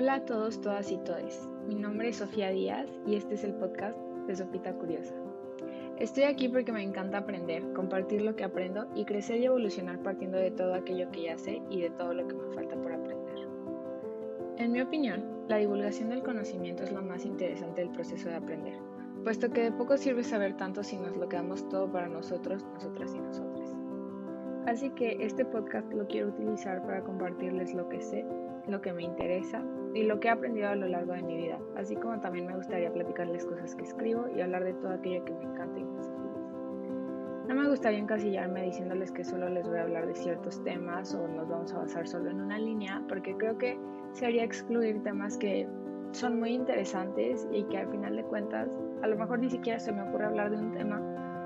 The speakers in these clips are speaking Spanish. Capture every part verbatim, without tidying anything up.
Hola a todos, todas y todes. Mi nombre es Sofía Díaz y este es el podcast de Sofita Curiosa. Estoy aquí porque me encanta aprender, compartir lo que aprendo y crecer y evolucionar partiendo de todo aquello que ya sé y de todo lo que me falta por aprender. En mi opinión, la divulgación del conocimiento es lo más interesante del proceso de aprender, puesto que de poco sirve saber tanto si nos lo quedamos todo para nosotros, nosotras y nosotros. Así que este podcast lo quiero utilizar para compartirles lo que sé, lo que me interesa y lo que he aprendido a lo largo de mi vida, así como también me gustaría platicarles cosas que escribo y hablar de todo aquello que me encanta y me hace feliz. No me gustaría encasillarme diciéndoles que solo les voy a hablar de ciertos temas o nos vamos a basar solo en una línea, porque creo que sería excluir temas que son muy interesantes y que al final de cuentas a lo mejor ni siquiera se me ocurre hablar de un tema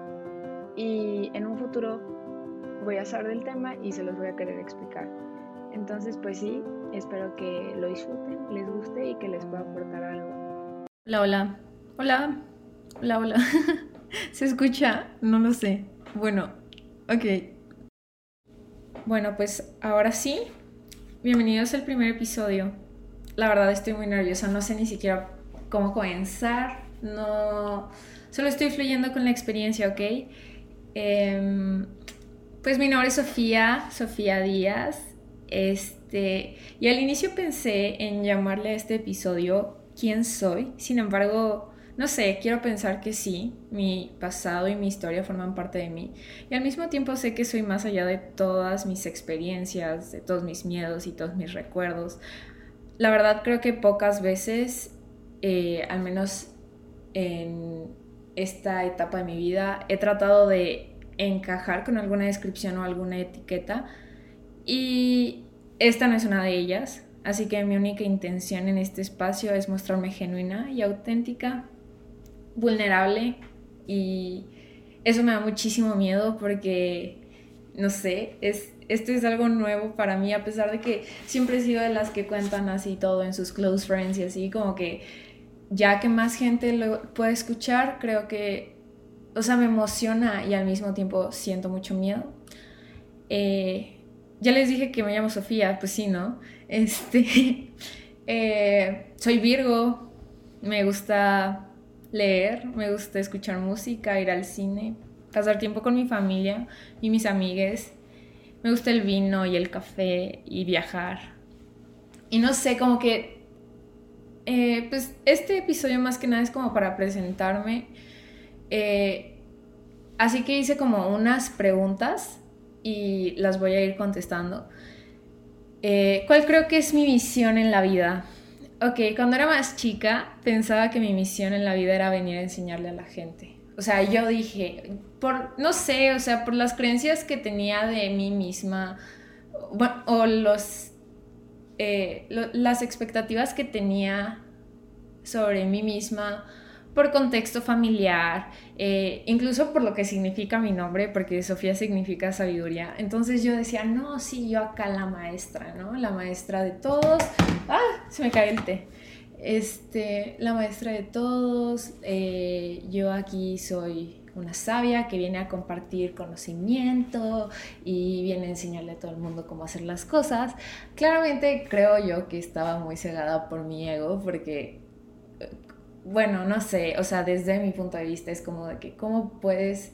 y en un futuro voy a saber del tema y se los voy a querer explicar. Entonces, pues sí, espero que lo disfruten, les guste y que les pueda aportar algo. Hola, hola, hola, hola, hola. ¿Se escucha? No lo sé. Bueno, ok. Bueno, pues ahora sí, bienvenidos al primer episodio. La verdad estoy muy nerviosa, no sé ni siquiera cómo comenzar, no... Solo estoy fluyendo con la experiencia, ¿ok? Eh, pues mi nombre es Sofía, Sofía Díaz. Este, y al inicio pensé en llamarle a este episodio ¿Quién soy? Sin embargo, no sé, quiero pensar que sí, mi pasado y mi historia forman parte de mí. Y al mismo tiempo sé que soy más allá de todas mis experiencias, de todos mis miedos y todos mis recuerdos. La verdad creo que pocas veces, eh, al menos en esta etapa de mi vida, he tratado de encajar con alguna descripción o alguna etiqueta. Y esta no es una de ellas, así que mi única intención en este espacio es mostrarme genuina y auténtica, vulnerable, y eso me da muchísimo miedo porque, no sé, es, esto es algo nuevo para mí, a pesar de que siempre he sido de las que cuentan así todo en sus close friends y así, como que ya que más gente lo puede escuchar, creo que, o sea, me emociona y al mismo tiempo siento mucho miedo. Eh... Ya les dije que me llamo Sofía, pues sí, ¿no? Este, eh, soy Virgo, me gusta leer, me gusta escuchar música, ir al cine, pasar tiempo con mi familia y mis amigues. Me gusta el vino y el café y viajar. Y no sé, como que, eh, pues este episodio más que nada es como para presentarme. Eh, así que hice como unas preguntas y las voy a ir contestando. Eh, ¿Cuál creo que es mi misión en la vida? Ok, cuando era más chica pensaba que mi misión en la vida era venir a enseñarle a la gente. O sea, yo dije, por, no sé, o sea, por las creencias que tenía de mí misma, bueno, o los, eh, lo, las expectativas que tenía sobre mí misma, por contexto familiar, eh, incluso por lo que significa mi nombre, porque Sofía significa sabiduría. Entonces yo decía, no, sí, yo acá la maestra, ¿no? La maestra de todos. ¡Ah! Se me cae el té. Este, la maestra de todos. Eh, yo aquí soy una sabia que viene a compartir conocimiento y viene a enseñarle a todo el mundo cómo hacer las cosas. Claramente creo yo que estaba muy cegada por mi ego, porque... bueno, no sé, o sea, desde mi punto de vista es como de que cómo puedes,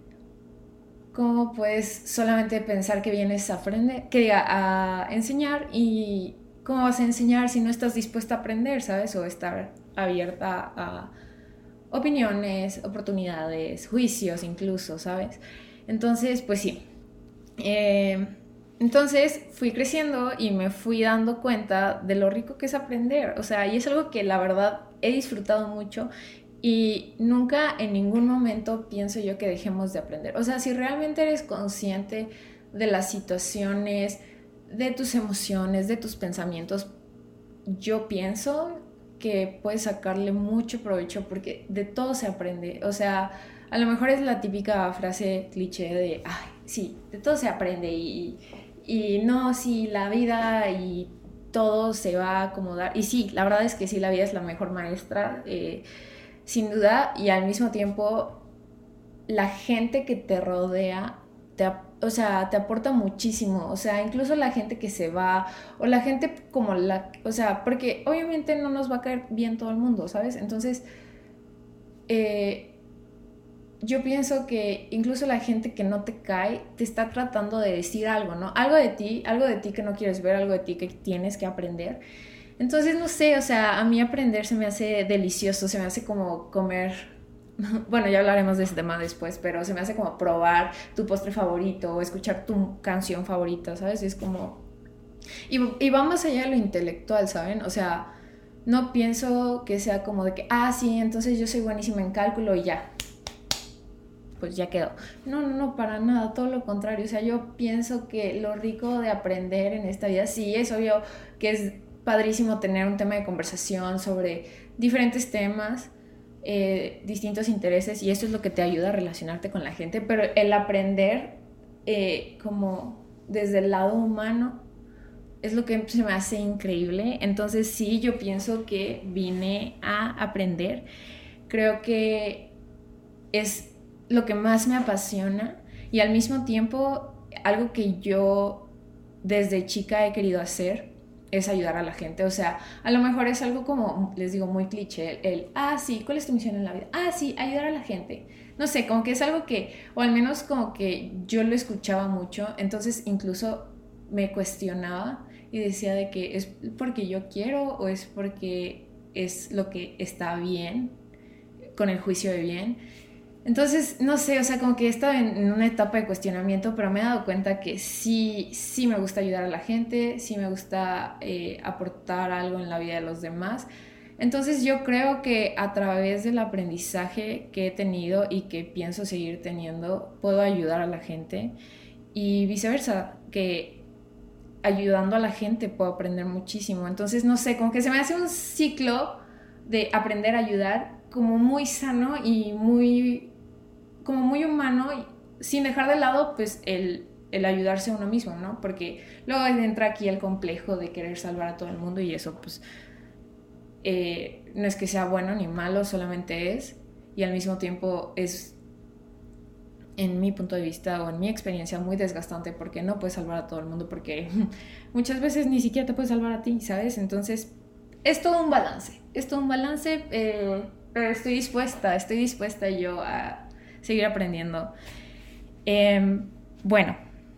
cómo puedes solamente pensar que vienes a aprender, que diga, a enseñar, y cómo vas a enseñar si no estás dispuesta a aprender, ¿sabes? O estar abierta a opiniones, oportunidades, juicios incluso, ¿sabes? Entonces, pues sí. Eh, entonces fui creciendo y me fui dando cuenta de lo rico que es aprender, o sea, y es algo que la verdad he disfrutado mucho y nunca en ningún momento pienso yo que dejemos de aprender. O sea, si realmente eres consciente de las situaciones, de tus emociones, de tus pensamientos, yo pienso que puedes sacarle mucho provecho porque de todo se aprende. O sea, a lo mejor es la típica frase cliché de, ay, sí, de todo se aprende y, y no, sí, la vida y todo se va a acomodar. Y sí, la verdad es que sí, la vida es la mejor maestra, eh, sin duda, y al mismo tiempo la gente que te rodea te, o sea, te aporta muchísimo, o sea, incluso la gente que se va, o la gente como la, o sea, porque obviamente no nos va a caer bien todo el mundo, ¿sabes? Entonces, eh, yo pienso que incluso la gente que no te cae te está tratando de decir algo, ¿no? Algo de ti, algo de ti que no quieres ver, algo de ti que tienes que aprender. Entonces, no sé, o sea, a mí aprender se me hace delicioso, se me hace como comer. Bueno, ya hablaremos de ese tema después, pero se me hace como probar tu postre favorito o escuchar tu canción favorita, ¿sabes? Es como... Y, y va más allá de lo intelectual, ¿saben? O sea, no pienso que sea como de que, ah, sí, entonces yo soy buenísima en cálculo y ya, pues ya quedó. No, no, no, para nada, todo lo contrario. O sea, yo pienso que lo rico de aprender en esta vida, sí, es obvio que es padrísimo tener un tema de conversación sobre diferentes temas, eh, distintos intereses, y eso es lo que te ayuda a relacionarte con la gente, pero el aprender eh, como desde el lado humano es lo que se me hace increíble. Entonces sí, yo pienso que vine a aprender. Creo que es lo que más me apasiona y al mismo tiempo algo que yo desde chica he querido hacer es ayudar a la gente. O sea, a lo mejor es algo como, les digo, muy cliché, el, el ah, sí, ¿cuál es tu misión en la vida? Ah, sí, ayudar a la gente. No sé, como que es algo que, o al menos como que yo lo escuchaba mucho, entonces incluso me cuestionaba y decía de que es porque yo quiero o es porque es lo que está bien, con el juicio de bien. Entonces, no sé, o sea, como que he estado en, en una etapa de cuestionamiento, pero me he dado cuenta que sí, sí me gusta ayudar a la gente, sí me gusta eh, aportar algo en la vida de los demás. Entonces yo creo que a través del aprendizaje que he tenido y que pienso seguir teniendo, puedo ayudar a la gente y viceversa, que ayudando a la gente puedo aprender muchísimo. Entonces, no sé, como que se me hace un ciclo de aprender a ayudar como muy sano y muy, como muy humano, sin dejar de lado pues el, el ayudarse a uno mismo, ¿no? Porque luego entra aquí el complejo de querer salvar a todo el mundo y eso pues eh, no es que sea bueno ni malo, solamente es, y al mismo tiempo es, en mi punto de vista o en mi experiencia, muy desgastante porque no puedes salvar a todo el mundo, porque muchas veces ni siquiera te puedes salvar a ti, ¿sabes? Entonces es todo un balance, es todo un balance, eh, pero estoy dispuesta, estoy dispuesta yo a seguir aprendiendo. Eh, bueno,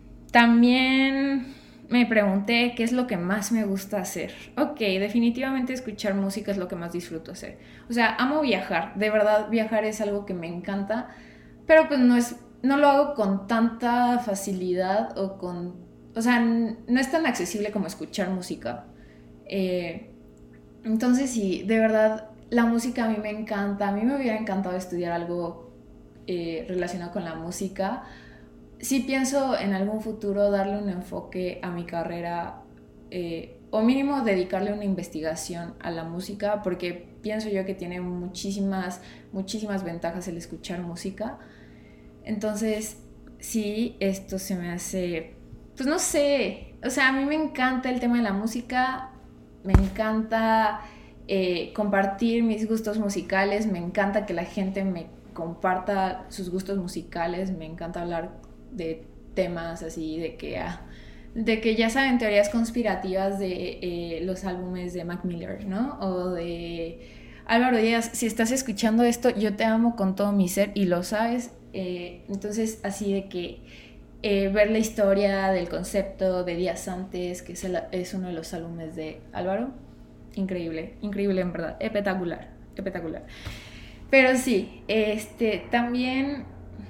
también me pregunté qué es lo que más me gusta hacer. Ok, definitivamente escuchar música es lo que más disfruto hacer. O sea, amo viajar, de verdad viajar es algo que me encanta, pero pues no es, no lo hago con tanta facilidad o con, o sea, no es tan accesible como escuchar música. Eh, entonces sí, de verdad la música a mí me encanta. A mí me hubiera encantado estudiar algo eh, relacionado con la música. Sí pienso en algún futuro darle un enfoque a mi carrera, eh, o mínimo dedicarle una investigación a la música, porque pienso yo que tiene muchísimas, muchísimas ventajas el escuchar música. Entonces, sí, esto se me hace, pues no sé, o sea, a mí me encanta el tema de la música, me encanta eh, compartir mis gustos musicales, me encanta que la gente me comparta sus gustos musicales, me encanta hablar de temas así, de que, ah, de que ya saben, teorías conspirativas de eh, los álbumes de Mac Miller, ¿no? O de Álvaro Díaz. Si estás escuchando esto, yo te amo con todo mi ser y lo sabes. Eh, entonces, así de que eh, ver la historia del concepto de Días Antes, que es, el, es uno de los álbumes de Álvaro, increíble, increíble en verdad, espectacular, espectacular. Pero sí, este, también,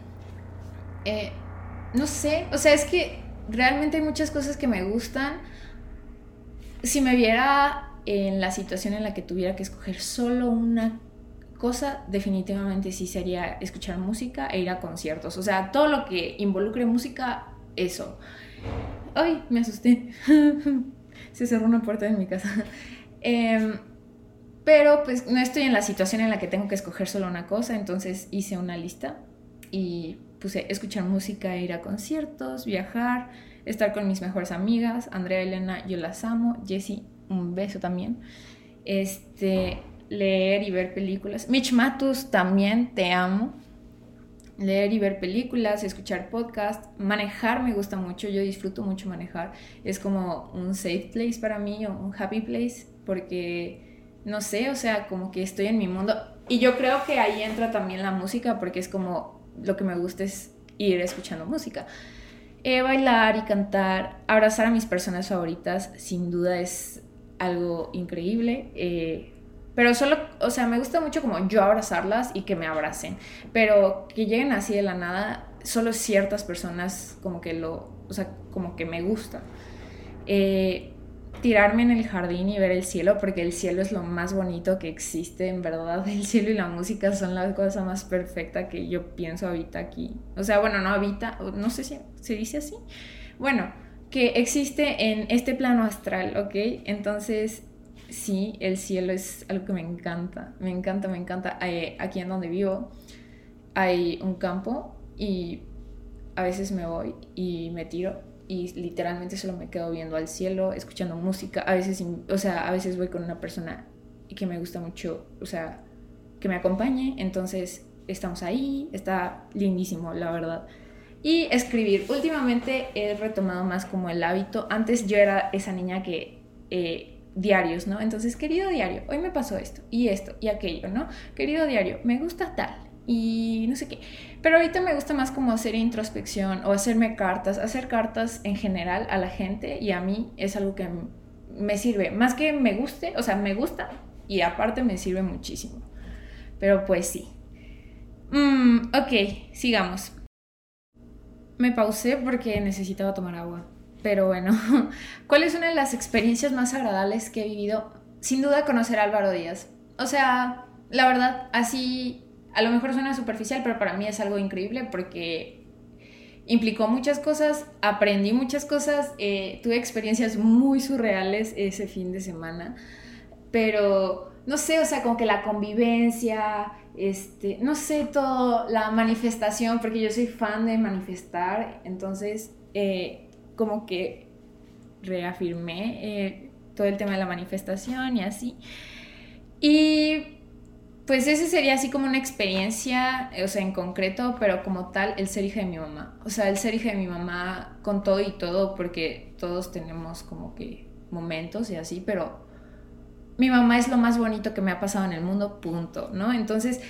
eh, no sé, o sea, es que realmente hay muchas cosas que me gustan. Si me viera en la situación en la que tuviera que escoger solo una cosa, definitivamente sí sería escuchar música e ir a conciertos. O sea, todo lo que involucre música, eso. Ay, me asusté. Se cerró una puerta de mi casa. Eh, pero pues no estoy en la situación en la que tengo que escoger solo una cosa, entonces hice una lista y puse escuchar música, ir a conciertos, viajar, estar con mis mejores amigas, Andrea y Elena, yo las amo, Jessie, un beso también, este, leer y ver películas. Mitch Matus, también te amo. leer y ver películas, escuchar podcasts, manejar me gusta mucho, yo disfruto mucho manejar, es como un safe place para mí o un happy place porque no sé, o sea, como que estoy en mi mundo y yo creo que ahí entra también la música porque es como lo que me gusta es ir escuchando música. Eh, bailar y cantar, abrazar a mis personas favoritas, sin duda es algo increíble. Eh, pero solo, o sea, me gusta mucho como yo abrazarlas y que me abracen. Pero que lleguen así de la nada, solo ciertas personas como que lo, o sea, como que me gusta. Eh, tirarme en el jardín y ver el cielo, porque el cielo es lo más bonito que existe, en verdad. El cielo y la música son la cosa más perfecta que yo pienso habita aquí. O sea, bueno, no habita, no sé si se dice así. Bueno, que existe en este plano astral, ¿ok? Entonces, sí, el cielo es algo que me encanta, me encanta, me encanta. Eh, aquí en donde vivo hay un campo y a veces me voy y me tiro y literalmente solo me quedo viendo al cielo, escuchando música. A veces, o sea, a veces voy con una persona que me gusta mucho, o sea, que me acompañe, entonces estamos ahí, está lindísimo, la verdad. Y escribir, últimamente he retomado más como el hábito. Antes yo era esa niña que eh, diarios, ¿no? Entonces, querido diario, hoy me pasó esto y esto y aquello, ¿no? Querido diario, me gusta tal y no sé qué. Pero ahorita me gusta más como hacer introspección o hacerme cartas, hacer cartas en general a la gente y a mí es algo que me sirve, más que me guste, o sea, me gusta y aparte me sirve muchísimo. Pero pues sí. Mm, ok, sigamos. Me pausé porque necesitaba tomar agua. Pero bueno, ¿cuál es una de las experiencias más agradables que he vivido? Sin duda conocer a Álvaro Díaz. O sea, la verdad, así a lo mejor suena superficial, pero para mí es algo increíble porque implicó muchas cosas, aprendí muchas cosas, eh, tuve experiencias muy surreales ese fin de semana, pero no sé, o sea, como que la convivencia, este, no sé, todo, la manifestación, porque yo soy fan de manifestar, entonces eh, como que reafirmé eh, todo el tema de la manifestación y así. Y pues ese sería así como una experiencia, o sea, en concreto, pero como tal, el ser hija de mi mamá. O sea, el ser hija de mi mamá con todo y todo, porque todos tenemos como que momentos y así, pero mi mamá es lo más bonito que me ha pasado en el mundo, punto, ¿no? Entonces,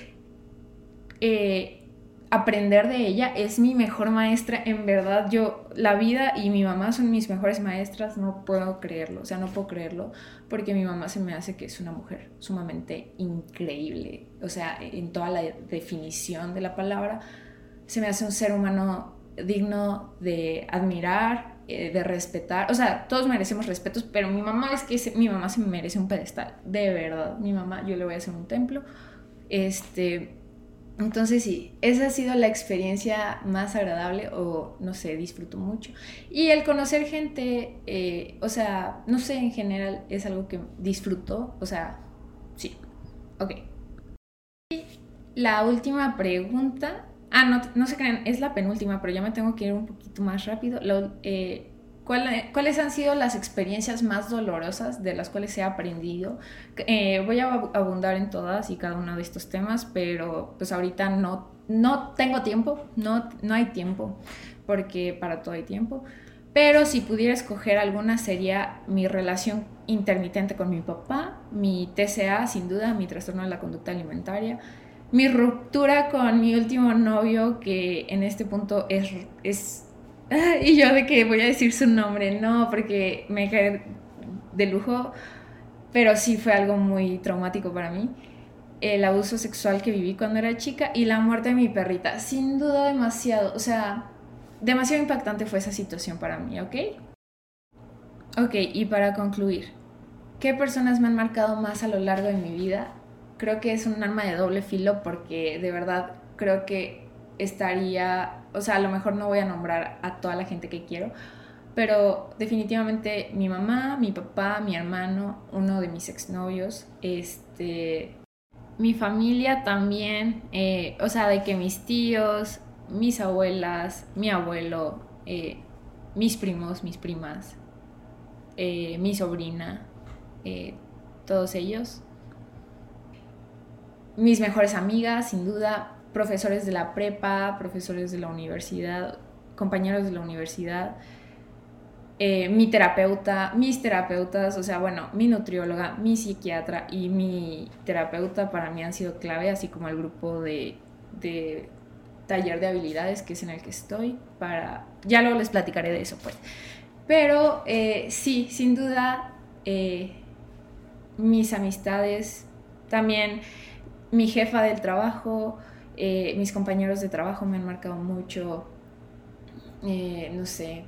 eh, aprender de ella es mi mejor maestra, en verdad. Yo, la vida y mi mamá son mis mejores maestras, no puedo creerlo, o sea, no puedo creerlo, porque mi mamá se me hace que es una mujer sumamente increíble, o sea, en toda la definición de la palabra, se me hace un ser humano digno de admirar, eh, de respetar, o sea, todos merecemos respetos, pero mi mamá es que se, mi mamá se merece un pedestal, de verdad, mi mamá, yo le voy a hacer un templo, este... Entonces sí, esa ha sido la experiencia más agradable o no sé, disfruto mucho. Y el conocer gente, eh, o sea, no sé, en general es algo que disfruto, o sea, sí, ok. Y la última pregunta, ah, no, no se crean, es la penúltima, pero ya me tengo que ir un poquito más rápido. Lo, eh, ¿Cuál, ¿Cuáles han sido las experiencias más dolorosas de las cuales he aprendido? Eh, voy a abundar en todas y cada uno de estos temas, pero pues ahorita no, no tengo tiempo, no, no hay tiempo, porque para todo hay tiempo. Pero si pudiera escoger alguna sería mi relación intermitente con mi papá, mi T C A sin duda, mi trastorno de la conducta alimentaria, mi ruptura con mi último novio que en este punto es... es y yo de que voy a decir su nombre, no, porque me cae de lujo, pero sí fue algo muy traumático para mí. El abuso sexual que viví cuando era chica y la muerte de mi perrita, sin duda demasiado, o sea, demasiado impactante fue esa situación para mí, ¿ok? Ok, y para concluir, ¿qué personas me han marcado más a lo largo de mi vida? Creo que es un arma de doble filo porque de verdad creo que estaría, o sea, a lo mejor no voy a nombrar a toda la gente que quiero, pero definitivamente mi mamá, mi papá, mi hermano, uno de mis exnovios, este, mi familia también, eh, o sea, de que mis tíos, mis abuelas, mi abuelo, eh, mis primos, mis primas, eh, mi sobrina, eh, todos ellos, mis mejores amigas, sin duda. profesores de la prepa, profesores de la universidad, compañeros de la universidad, eh, mi terapeuta, mis terapeutas, o sea, bueno, mi nutrióloga, mi psiquiatra y mi terapeuta para mí han sido clave, así como el grupo de, de taller de habilidades que es en el que estoy, para, ya luego les platicaré de eso, pues. Pero eh, sí, sin duda, eh, mis amistades, también mi jefa del trabajo, eh, mis compañeros de trabajo me han marcado mucho, eh, no sé,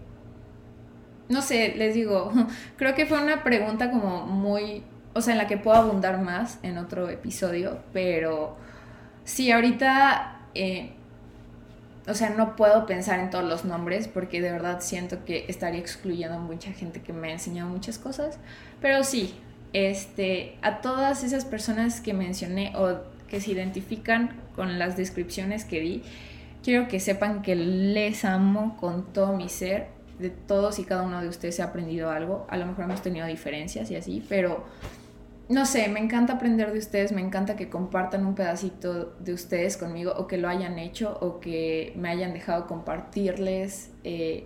no sé, les digo, creo que fue una pregunta como muy, o sea, en la que puedo abundar más en otro episodio, pero sí, ahorita, eh, o sea, no puedo pensar en todos los nombres porque de verdad siento que estaría excluyendo a mucha gente que me ha enseñado muchas cosas, pero sí, este, a todas esas personas que mencioné o que se identifican con las descripciones que di, quiero que sepan que les amo con todo mi ser. De todos y cada uno de ustedes he aprendido algo. A lo mejor hemos tenido diferencias y así, pero no sé, me encanta aprender de ustedes, me encanta que compartan un pedacito de ustedes conmigo, o que lo hayan hecho, o que me hayan dejado compartirles eh,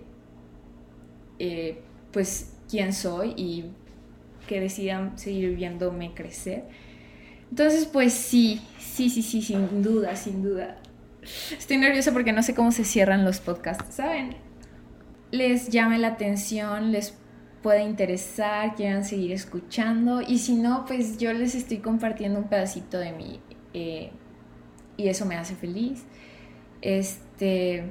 eh, pues quién soy, y que decidan seguir viéndome crecer. Entonces pues sí, sí, sí, sí, sin duda, sin duda. Estoy nerviosa porque no sé cómo se cierran los podcasts, ¿saben? Les llame la atención, les puede interesar, quieran seguir escuchando, y si no, pues yo les estoy compartiendo un pedacito de mí, eh, y eso me hace feliz. Este,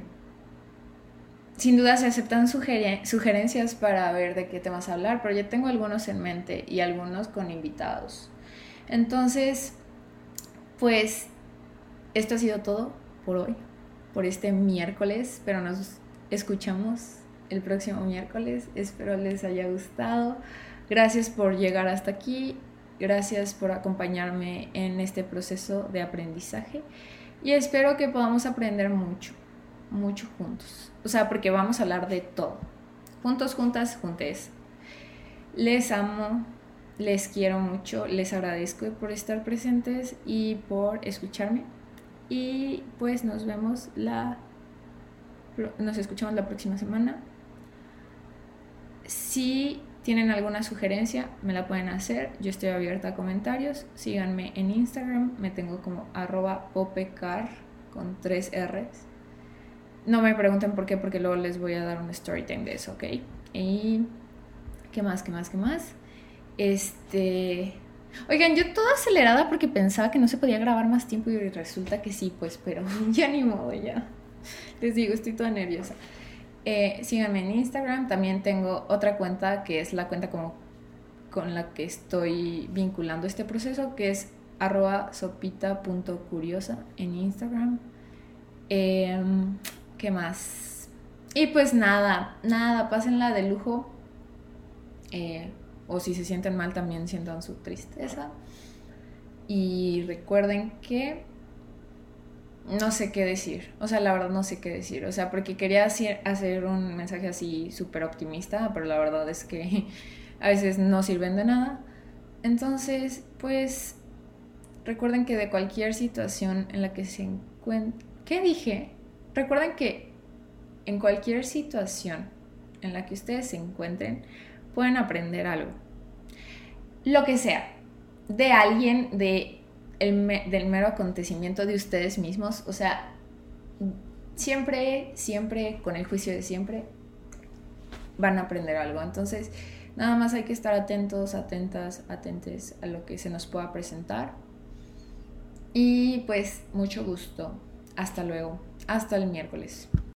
sin duda se aceptan suger- sugerencias para ver de qué temas hablar, pero ya tengo algunos en mente y algunos con invitados. Entonces, pues esto ha sido todo por hoy, por este miércoles, pero nos escuchamos el próximo miércoles. Espero les haya gustado. Gracias por llegar hasta aquí. Gracias por acompañarme en este proceso de aprendizaje. Y espero que podamos aprender mucho, mucho juntos. O sea, porque vamos a hablar de todo. Juntos, juntas, juntes. Les amo, les quiero mucho, les agradezco por estar presentes y por escucharme. Y pues nos vemos la... Nos escuchamos la próxima semana. Si tienen alguna sugerencia, me la pueden hacer. Yo estoy abierta a comentarios. Síganme en Instagram. Me tengo como arroba popecar con tres R's. No me pregunten por qué, porque luego les voy a dar un story time de eso, ¿ok? Y... ¿Qué más? ¿Qué más? ¿Qué más? Este... Oigan, yo toda acelerada porque pensaba que no se podía grabar más tiempo y resulta que sí, pues, pero ya ni modo, ya. Les digo, estoy toda nerviosa. Eh, síganme en Instagram. También tengo otra cuenta que es la cuenta como con la que estoy vinculando este proceso, que es arroba sopita punto curiosa en Instagram. Eh, ¿Qué más? Y pues nada, nada, pásenla de lujo. Eh, o si se sienten mal, también sientan su tristeza. Y recuerden que no sé qué decir, o sea, la verdad no sé qué decir, o sea, porque quería hacer un mensaje así súper optimista, pero la verdad es que a veces no sirven de nada. Entonces, pues, recuerden que de cualquier situación en la que se encuentren... ¿Qué dije? Recuerden que en cualquier situación en la que ustedes se encuentren, pueden aprender algo. Lo que sea, de alguien, de el me, del mero acontecimiento, de ustedes mismos. O sea, siempre, siempre, con el juicio de siempre, van a aprender algo. Entonces, nada más hay que estar atentos, atentas, atentes a lo que se nos pueda presentar. Y pues, mucho gusto. Hasta luego. Hasta el miércoles.